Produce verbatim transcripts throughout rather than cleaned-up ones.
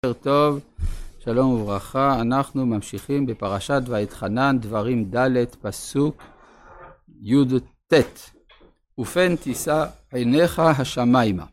בוקר טוב, שלום וברכה. אנחנו ממשיכים בפרשת ואתחנן, דברים ד' פסוק י"ט. ופן תישא עיניך השמיימה,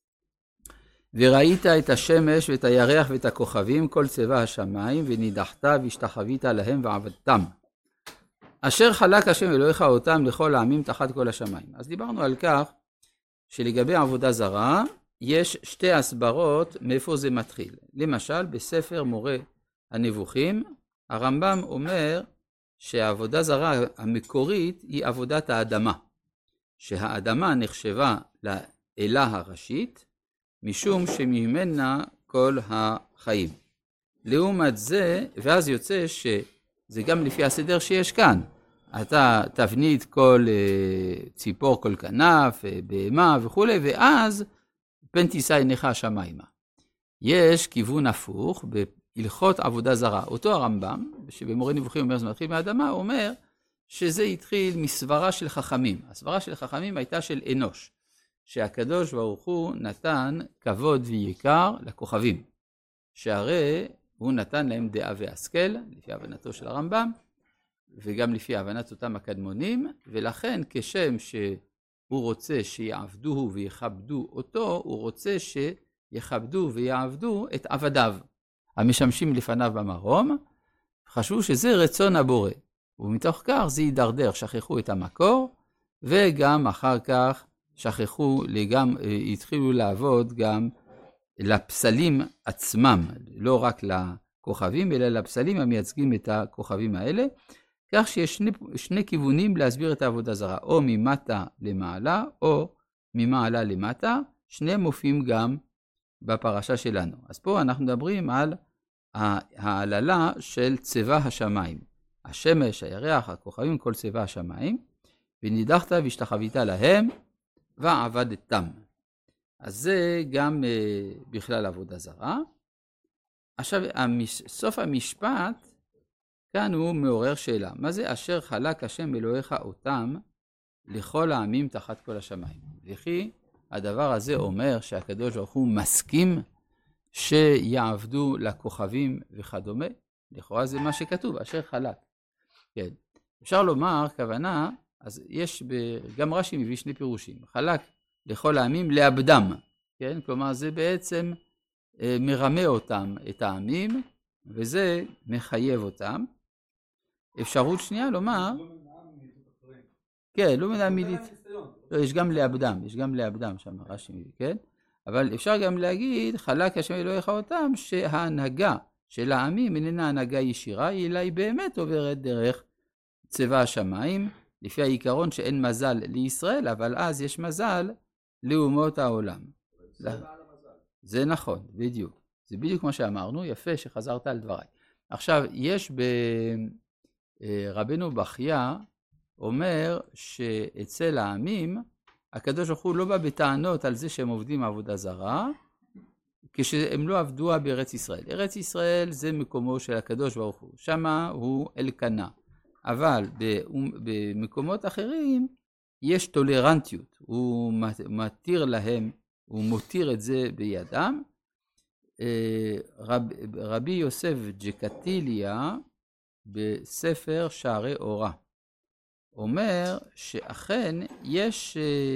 וראית את השמש ואת הירח ואת הכוכבים, כל צבא השמיים, ונידחת והשתחווית להם ועבדתם. אשר חלק השם אלוהיך אותם לכל העמים תחת כל השמיים. אז דיברנו על כך שלגבי עבודה זרה, יש שתי הסברות מאיפה זה מתחיל. למשל, בספר מורה הנבוכים, הרמב"ם אומר שהעבודה זרה המקורית היא עבודת האדמה. שהאדמה נחשבה לאלה הראשית, משום שממנה כל החיים. לעומת זה, ואז יוצא שזה גם לפי הסדר שיש כאן. אתה תבנית כל ציפור, כל כנף, בהמה וכו', ואז פן תישא עיניך השמיימה. יש כיוון הפוך בהלכות עבודה זרה. אותו הרמב"ם, שבמורה נבוכים אומר זה מתחיל מהאדמה, הוא אומר שזה התחיל מסברה של חכמים. הסברה של חכמים הייתה של אנוש, שהקדוש ברוך הוא נתן כבוד ויקר לכוכבים, שהרי הוא נתן להם דעה והשכל, לפי הבנתו של הרמב"ם, וגם לפי הבנת אותם הקדמונים, ולכן כשם ש... הוא רוצה שיעבדוהו ויכבדו אותו, הוא רוצה שיכבדו ויעבדו את עבדיו, המשמשים לפניו במרום. חשבו שזה רצון הבורא, ומתוך כך זה יידרדר, שכחו את המקור, וגם אחר כך שכחו, גם, התחילו לעבוד גם לפסלים עצמם, לא רק לכוכבים, אלא לפסלים המייצגים את הכוכבים האלה, כך שיש שני, שני כיוונים להסביר את העבודה זרה, או ממטה למעלה, או ממעלה למטה, שניהם מופיעים גם בפרשה שלנו. אז פה אנחנו מדברים על העללה של צבא השמיים. השמש, הירח, הכוכבים, כל צבא השמיים, ונידחת והשתחווית להם, ועבדתם. אז זה גם uh, בכלל עבודה זרה. עכשיו, המש, סוף המשפט, כאן הוא מעורר שאלה, מה זה אשר חלק השם אלוהיך אותם לכל העמים תחת כל השמיים? וכי הדבר הזה אומר שהקדוש ברוך הוא מסכים שיעבדו לכוכבים וכדומה? לכאורה זה מה שכתוב, אשר חלק. כן. אפשר לומר, כוונה, אז יש, גם רש"י מביא שני פירושים, חלק לכל העמים לעבדם, כן? כלומר זה בעצם מרמה אותם, את העמים, וזה מחייב אותם. אפשרות שנייה לומר, כן, לא מנעה מילית, יש גם לעבדם, יש גם לעבדם שם, רש"י מביא, כן? אבל אפשר גם להגיד, חלק השם אלוהיך אותם, שההנהגה של העמים איננה הנהגה ישירה, אלא היא באמת עוברת דרך צבא השמיים, לפי העיקרון שאין מזל לישראל, אבל אז יש מזל לאומות העולם. זה נכון, בדיוק. זה בדיוק מה שאמרנו, יפה שחזרת על דבריי. עכשיו, יש ברבנו בחיה, אומר שאצל העמים, הקדוש ברוך הוא לא בא בטענות על זה שהם עובדים עבודה זרה, כשהם לא עבדו בארץ ישראל. ארץ ישראל זה מקומו של הקדוש ברוך הוא, שמה הוא אלקנה. אבל במקומות אחרים יש טולרנטיות, הוא מתיר להם, הוא מותיר את זה בידם. רב, רבי יוסף ג'קטיליה בספר שערי אורה אומר שאכן יש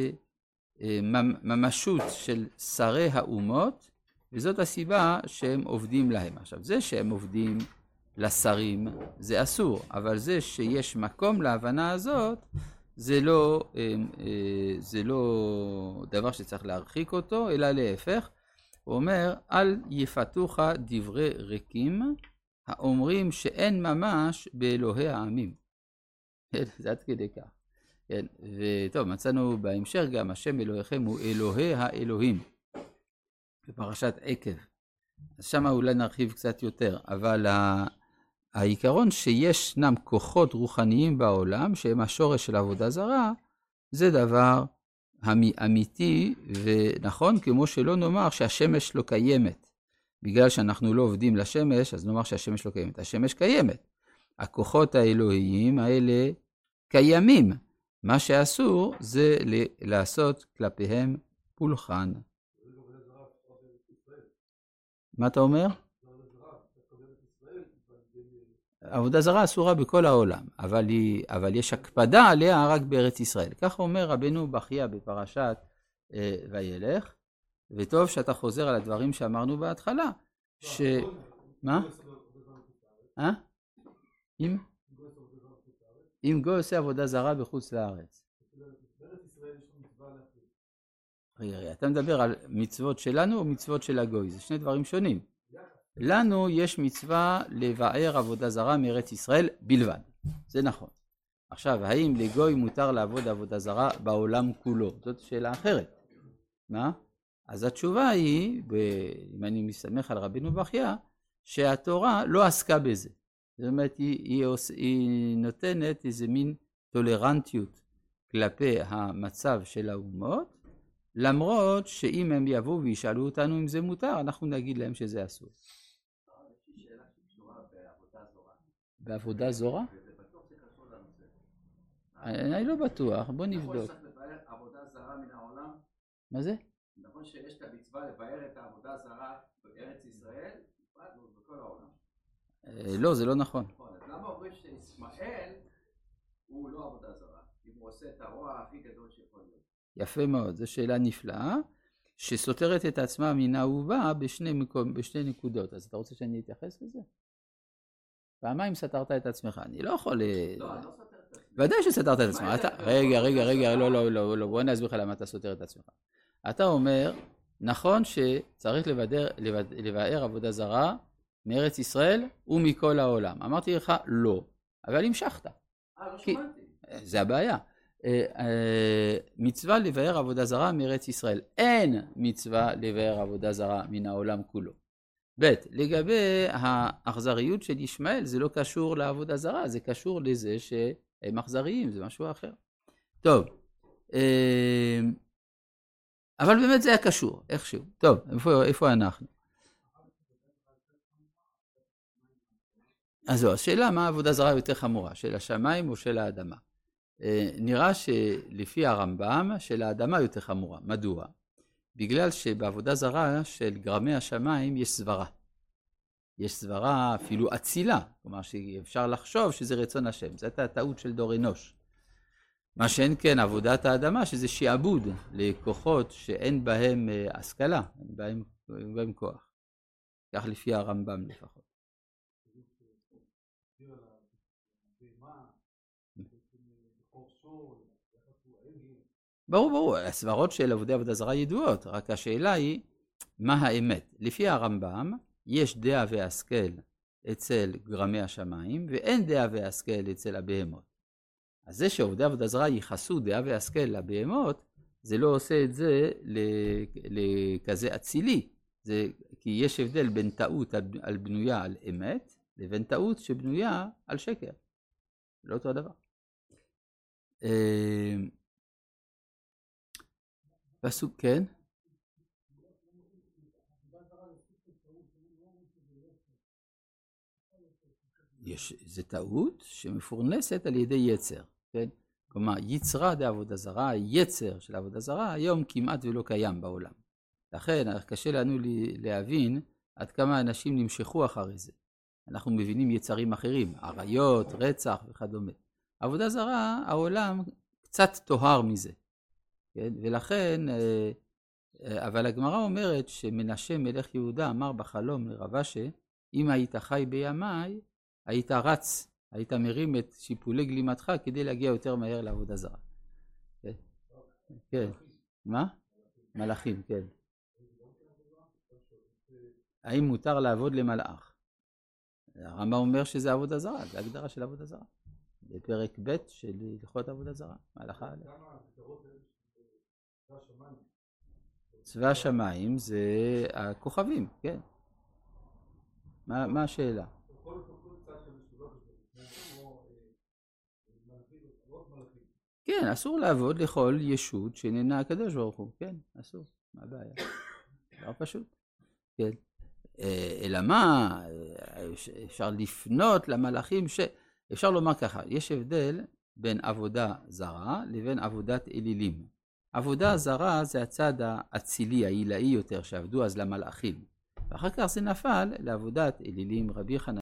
ממשות של שרי האומות, וזאת הסיבה שהם עובדים להם. עכשיו זה שהם עובדים לשרים זה אסור, אבל זה שיש מקום להבנה הזאת זה לא, זה לא דבר שצריך להרחיק אותו, אלא להפך. הוא אומר, אל יפתוך דברי ריקים, האומרים שאין ממש באלוהי העמים. זה עד כדי כך. כן, וטוב, מצאנו בהמשך גם, השם אלוהיכם הוא אלוהי האלוהים, בפרשת עקב. אז שם אולי נרחיב קצת יותר, אבל העיקרון שישנם כוחות רוחניים בעולם, שהם השורש של עבודה זרה, זה דבר אמיתי ונכון, כמו שלא נאמר שהשמש לא קיימת. בגלל שאנחנו לא עובדים לשמש, אז נאמר שהשמש לא קיימת. השמש קיימת. הכוחות האלוהיים האלה קיימים. מה שאסור זה לעשות כלפיהם פולחן. מה אתה אומר? עבודה זרה אסורה בכל העולם, אבל, היא, אבל יש הקפדה עליה רק בארץ ישראל. כך אומר רבנו בחייא בפרשת אה, וילך, וטוב שאתה חוזר על הדברים שאמרנו בהתחלה, ש... מה? אה? אם? אם גוי עושה עבודה זרה בחוץ לארץ. רגע, רגע, אתה מדבר על מצוות שלנו או מצוות של הגוי? זה שני דברים שונים. לנו יש מצווה לבאר עבודה זרה מארץ ישראל בלבד. זה נכון. עכשיו, האם לגוי מותר לעבוד עבודה זרה בעולם כולו? זאת שאלה אחרת. מה? אז התשובה היא, אם אני מסתמך על רבנו בחייא, שהתורה לא עסקה בזה. זאת אומרת, היא, היא, היא נותנת איזה מין טולרנטיות כלפי המצב של האומות, למרות שאם הם יבואו וישאלו אותנו אם זה מותר, אנחנו נגיד להם שזה אסור. בעבודה זרה? אני לא בטוח, בוא נבדוק. מה זה? נכון שיש את המצווה לבאר את העבודה הזרה בארץ ישראל, בכל העולם. לא, זה לא נכון. אז למה אומרים שישמעאל הוא לא עבודה זרה? אם הוא עושה את הרוע הכי גדול שיכול להיות. יפה מאוד, זו שאלה נפלאה, שסותרת את עצמה מן האהובה בשני, בשני נקודות. אז אתה רוצה שאני אתייחס לזה? פעמיים סתרת את עצמך, אני לא יכול... לא, אני לא סותר את עצמך. ודאי שסתרת את עצמך. רגע, רגע, רגע, לא, לא, לא, לא, בוא נסביר לך למה אתה סותר את עצמך. אתה אומר, נכון שצריך לבאר, לבאר עבודה זרה מארץ ישראל ומכל העולם. אמרתי לך, לא, אבל המשכת. אה, לא שמעתי. זה הבעיה. מצווה לבאר עבודה זרה מארץ ישראל. אין מצווה לבאר עבודה זרה מן העולם כולו. ב' לגבי האכזריות של ישמעאל, זה לא קשור לעבודה זרה, זה קשור לזה שהם אכזריים, זה משהו אחר. טוב, אבל באמת זה היה קשור, איכשהו. טוב, איפה, איפה אנחנו? אז זו, השאלה מה העבודה זרה יותר חמורה, של השמיים או של האדמה? נראה שלפי הרמב"ם, של האדמה יותר חמורה. מדוע? בגלל שבעבודה זרה של גרמי השמיים יש סברה. יש סברה אפילו אצילה, כלומר שאפשר לחשוב שזה רצון השם. זאת הטעות של דור אנוש. מה שאין כן עבודת האדמה, שזה שיעבוד לכוחות שאין בהם השכלה, אין בהם, אין בהם כוח. כך לפי הרמב"ם לפחות. ברור, ברור, הסברות של עבודי עבודה זרה ידועות, רק השאלה היא, מה האמת? לפי הרמב"ם, יש דעה והשכל אצל גרמי השמיים, ואין דעה והשכל אצל הבהמות. אז זה שעובדי עבודה זרה ייחסו דעה והשכל לבהמות, זה לא עושה את זה לכזה אצילי. זה כי יש הבדל בין טעות על בנויה על אמת, לבין טעות שבנויה על שקר. לא אותו הדבר. פסוק, כן? יש, זה טעות שמפורנסת על ידי יצר, כן? כלומר, יצרה דעבודה זרה, היצר של עבודה זרה, היום כמעט ולא קיים בעולם. לכן, קשה לנו להבין עד כמה אנשים נמשכו אחרי זה. אנחנו מבינים יצרים אחרים, עריות, רצח וכדומה. עבודה זרה, העולם קצת טוהר מזה. כן? ולכן, אבל הגמרא אומרת שמנשה מלך יהודה אמר בחלום לרב אשי, אם היית חי בימיי, היית רץ, היית מרים את שיפולי גלימתך כדי להגיע יותר מהר לעבודה זרה. כן. כן. מה? מלאכים, כן. האם מותר לעבוד למלאך? הרמב"ם אומר שזה עבודה זרה, זה הגדרה של עבודה זרה. זה פרק ב' של הלכות עבודה זרה, מהלכה עליה. צבא השמיים זה הכוכבים, כן. מה, מה השאלה? כן, אסור לעבוד לכל ישות שנהנה הקדוש ברוך הוא, כן, אסור, מה הבעיה? לא פשוט, כן. אלא מה, אפשר לפנות למלאכים, ש... אפשר לומר ככה, יש הבדל בין עבודה זרה לבין עבודת אלילים. עבודה זרה זה הצד האצילי, העילאי יותר, שעבדו אז למלאכים. ואחר כך זה נפל לעבודת אלילים. רבי חנניה